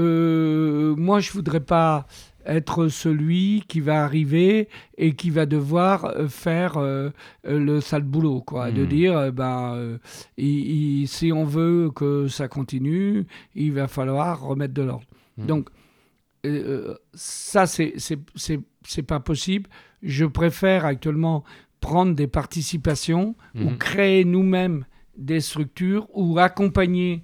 euh, moi, je voudrais pas être celui qui va arriver et qui va devoir euh, faire euh, euh, le sale boulot, quoi. Hmm. De dire, euh, ben, euh, il- il- si on veut que ça continue, il va falloir remettre de l'ordre. Hmm. Donc, euh, ça, c'est, c'est, c'est, c'est pas possible. Je préfère actuellement prendre des participations ou Mhm. créer nous-mêmes des structures ou accompagner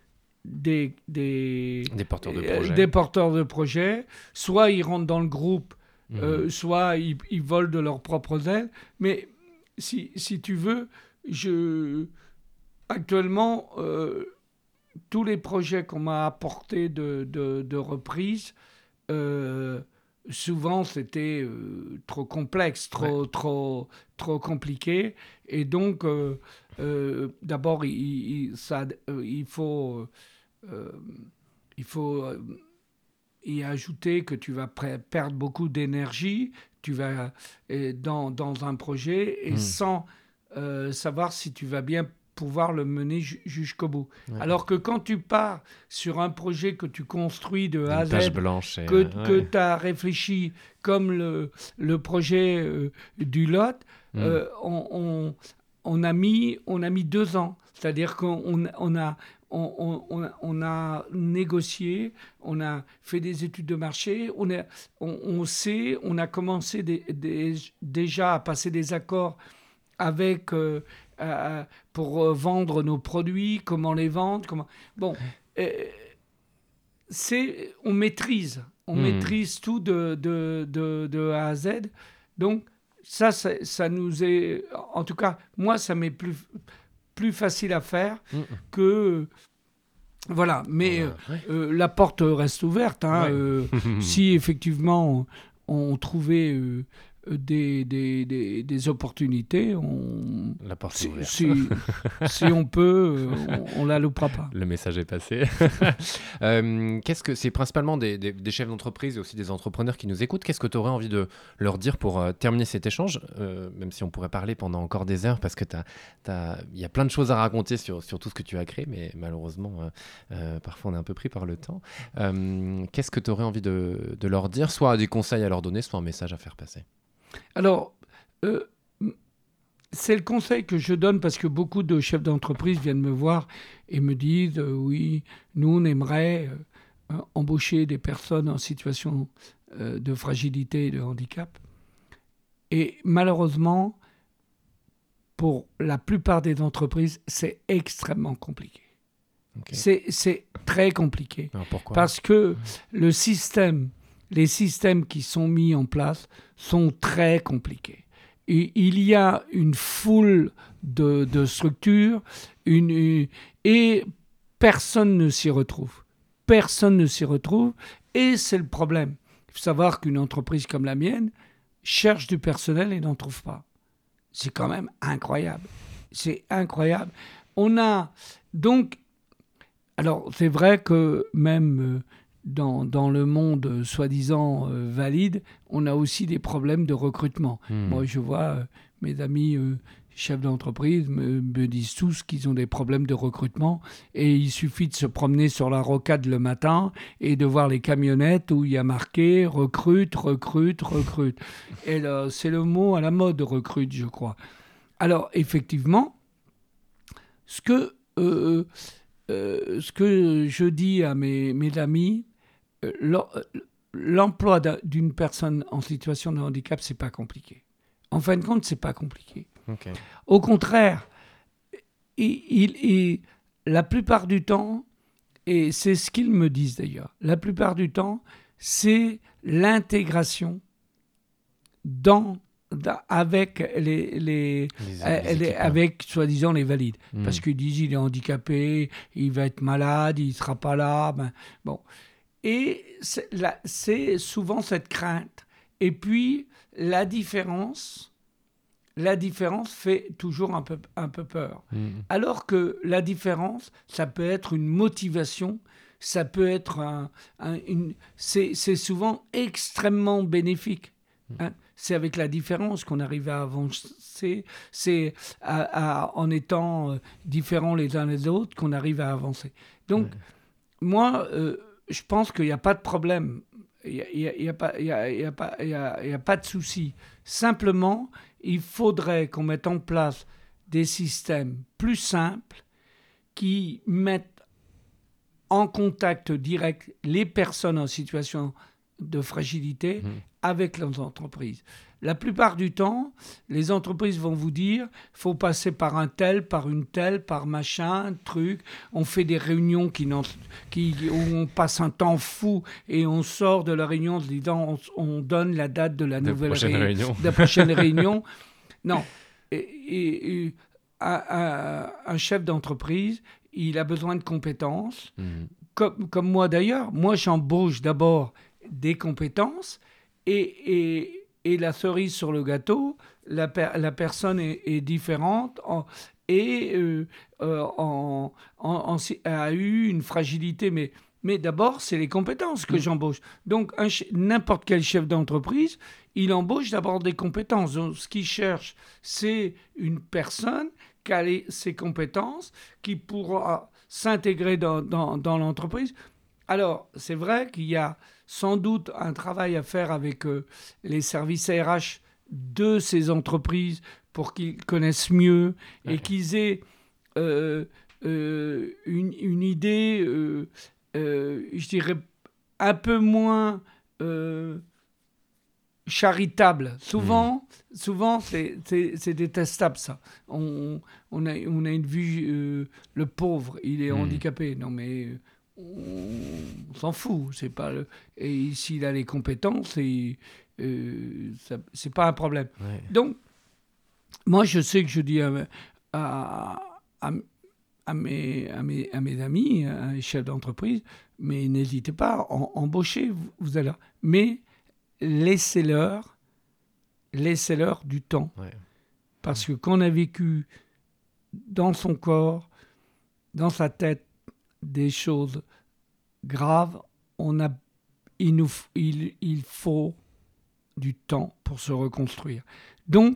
des, des, Des porteurs de euh, projets. des porteurs de projets. Soit ils rentrent dans le groupe, Mhm. euh, soit ils, ils volent de leurs propres ailes. Mais si, si tu veux, je... actuellement, euh, tous les projets qu'on m'a apportés de, de, de reprise, euh, souvent c'était euh, trop complexe, trop, Ouais. trop, trop compliqué. Et donc, euh, euh, d'abord, il, il, ça, euh, il faut, euh, il faut euh, y ajouter que tu vas pré- perdre beaucoup d'énergie, tu vas euh, dans, dans un projet et Mm. sans euh, savoir si tu vas bien pouvoir le mener ju- jusqu'au bout. Ouais. Alors que quand tu pars sur un projet que tu construis de A à Une page Z, blanche. Et, que, euh, que ouais. tu as réfléchi comme le, le projet euh, du Lot, Mm. euh, on, on, on, a mis, on a mis deux ans. C'est-à-dire qu'on on a, on, on, on a négocié, on a fait des études de marché, on, a, on, on sait, on a commencé des, des, déjà à passer des accords avec, euh, euh, pour euh, vendre nos produits, comment les vendre. Comment... Bon, euh, c'est, on maîtrise, on Hmm. maîtrise tout de, de, de, de A à Z. Donc, ça, ça, ça nous est... En tout cas, moi, ça m'est plus, plus facile à faire Mm. que... Voilà, mais Voilà. euh, Ouais. euh, la porte reste ouverte. Hein, Ouais. euh, si effectivement on, on trouvait euh, des, des, des, des opportunités, on, La porte est si, ouverte. si, si on peut, euh, on, on la loupera pas. Le message est passé. Euh, qu'est-ce que c'est principalement des, des, des chefs d'entreprise et aussi des entrepreneurs qui nous écoutent. Qu'est-ce que tu aurais envie de leur dire pour euh, terminer cet échange, euh, même si on pourrait parler pendant encore des heures parce que t'as, t'as, il y a plein de choses à raconter sur, sur tout ce que tu as créé, mais malheureusement, euh, euh, parfois on est un peu pris par le temps. Euh, qu'est-ce que tu aurais envie de, de leur dire, soit des conseils à leur donner, soit un message à faire passer? Alors, euh, c'est le conseil que je donne parce que beaucoup de chefs d'entreprise viennent me voir et me disent euh, oui, nous on aimerait euh, embaucher des personnes en situation euh, de fragilité et de handicap. Et malheureusement, pour la plupart des entreprises, c'est extrêmement compliqué. Okay. C'est, c'est très compliqué. Alors pourquoi? Parce que le système, les systèmes qui sont mis en place sont très compliqués. Et il y a une foule de, de structures une, une, et personne ne s'y retrouve. Personne ne s'y retrouve et c'est le problème. Il faut savoir qu'une entreprise comme la mienne cherche du personnel et n'en trouve pas. C'est quand même incroyable. C'est incroyable. On a donc... Alors, c'est vrai que même euh, dans, dans le monde euh, soi-disant euh, valide, on a aussi des problèmes de recrutement. Hmm. Moi, je vois euh, mes amis euh, chefs d'entreprise me, me disent tous qu'ils ont des problèmes de recrutement et il suffit de se promener sur la rocade le matin et de voir les camionnettes où il y a marqué « recrute, recrute, recrute ». Et là, c'est le mot à la mode, recrute, je crois. Alors, effectivement, ce que... Euh, Euh, ce que je dis à mes, mes amis, euh, l'emploi d'une personne en situation de handicap, c'est pas compliqué. En fin de compte, c'est pas compliqué. Okay. Au contraire, il, il, il, la plupart du temps, et c'est ce qu'ils me disent d'ailleurs, la plupart du temps, c'est l'intégration dans, dans, avec les, les, les, les, les avec soi-disant les valides. Mmh. Parce qu'ils disent il est handicapé, il va être malade, il ne sera pas là. Ben, bon. Et c'est, là, c'est souvent cette crainte. Et puis, la différence, la différence fait toujours un peu, un peu peur. Mmh. Alors que la différence, ça peut être une motivation, ça peut être un, un, une... C'est, c'est souvent extrêmement bénéfique. Hein. C'est avec la différence qu'on arrive à avancer. C'est à, à, en étant différents les uns les autres qu'on arrive à avancer. Donc, mmh. moi, euh, je pense qu'il n'y a pas de problème. Il n'y a, y a, a, y a, y a, pas, y a, y a pas de souci. Simplement, il faudrait qu'on mette en place des systèmes plus simples qui mettent en contact direct les personnes en situation de fragilité mmh. avec leurs entreprises. La plupart du temps, les entreprises vont vous dire « faut passer par un tel, par une telle, par machin, truc ». On fait des réunions qui, qui, où on passe un temps fou et on sort de la réunion en se disant on, on donne la date de la nouvelle prochaine ré... réunion. de la prochaine réunion. Non. Et, et, et un, un, un chef d'entreprise, il a besoin de compétences, mmh. comme, comme moi d'ailleurs. Moi, j'embauche d'abord des compétences et, et, et la cerise sur le gâteau, la, per, la personne est, est différente en, et euh, euh, en, en, en, a eu une fragilité. Mais, mais d'abord, c'est les compétences que mmh. j'embauche. Donc, un, n'importe quel chef d'entreprise, il embauche d'abord des compétences. Donc, ce qu'il cherche, c'est une personne qui a les, ses compétences, qui pourra s'intégrer dans, dans, dans l'entreprise. Alors, c'est vrai qu'il y a sans doute un travail à faire avec euh, les services R H de ces entreprises pour qu'ils connaissent mieux ouais. et qu'ils aient euh, euh, une, une idée, euh, euh, je dirais, un peu moins euh, charitable. Souvent, mmh. souvent c'est, c'est, c'est détestable, ça. On, on, a, on a une vue, euh, le pauvre, il est mmh. handicapé. Non, mais... on s'en fout, c'est pas le... et s'il a les compétences, et, euh, ça, c'est pas un problème. Ouais. Donc, moi, je sais que je dis à, à, à, à, mes, à, mes, à mes amis, à mes chefs d'entreprise, mais n'hésitez pas, en, embauchez, vous, vous allez là. Mais laissez-leur, laissez-leur du temps. Ouais. Parce que qu'on a vécu dans son corps, dans sa tête, des choses graves, on a, il, nous, il, il faut du temps pour se reconstruire. Donc,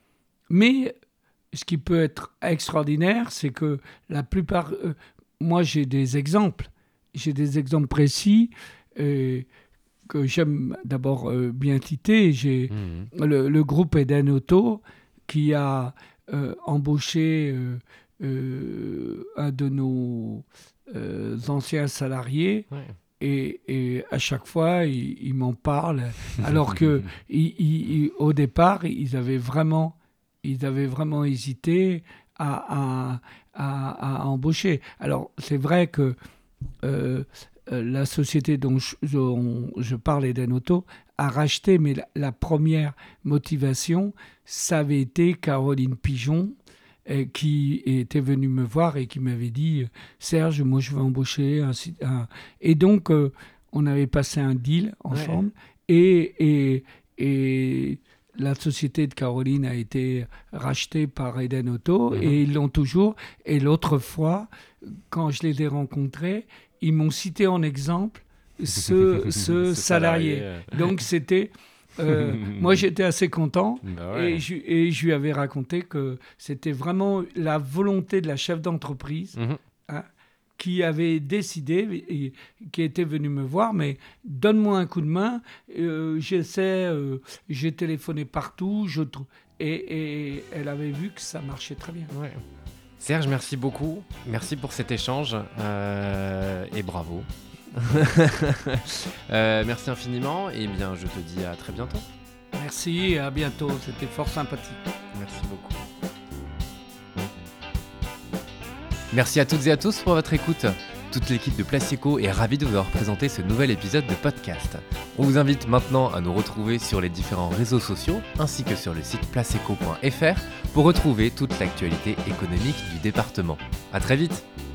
mais ce qui peut être extraordinaire, c'est que la plupart... Euh, moi, j'ai des exemples. J'ai des exemples précis euh, que j'aime d'abord euh, bien citer. J'ai mmh. le, le groupe Eden Auto qui a euh, embauché euh, euh, un de nos... Euh, anciens salariés ouais. et, et à chaque fois ils, ils m'en parlent alors que ils, ils, au départ ils avaient vraiment ils avaient vraiment hésité à, à, à, à embaucher. Alors c'est vrai que euh, la société dont je, dont je parle, Eden Auto, a racheté, mais la, la première motivation ça avait été Caroline Pigeon qui était venu me voir et qui m'avait dit « Serge, moi je veux embaucher un... un... » Et donc, euh, on avait passé un deal ensemble ouais. et, et, et la société de Caroline a été rachetée par Eden Auto mmh. et ils l'ont toujours. Et l'autre fois, quand je les ai rencontrés, ils m'ont cité en exemple ce, ce salarié. salarié. Donc, c'était... Euh, moi, j'étais assez content bah ouais. et, je, et je lui avais raconté que c'était vraiment la volonté de la chef d'entreprise mmh. hein, qui avait décidé et qui était venue me voir, mais donne-moi un coup de main, euh, j'essaie, euh, j'ai téléphoné partout, je trou... et, et elle avait vu que ça marchait très bien. Ouais. Serge, merci beaucoup, merci pour cet échange euh, et bravo. euh, merci infiniment et bien je te dis à très bientôt. Merci et à bientôt, c'était fort sympathique. Merci beaucoup. Merci à toutes et à tous pour votre écoute. Toute l'équipe de Place Eco est ravie de vous avoir présenté ce nouvel épisode de podcast. On vous invite maintenant à nous retrouver sur les différents réseaux sociaux ainsi que sur le site placeeco point f r pour retrouver toute l'actualité économique du département. À très vite.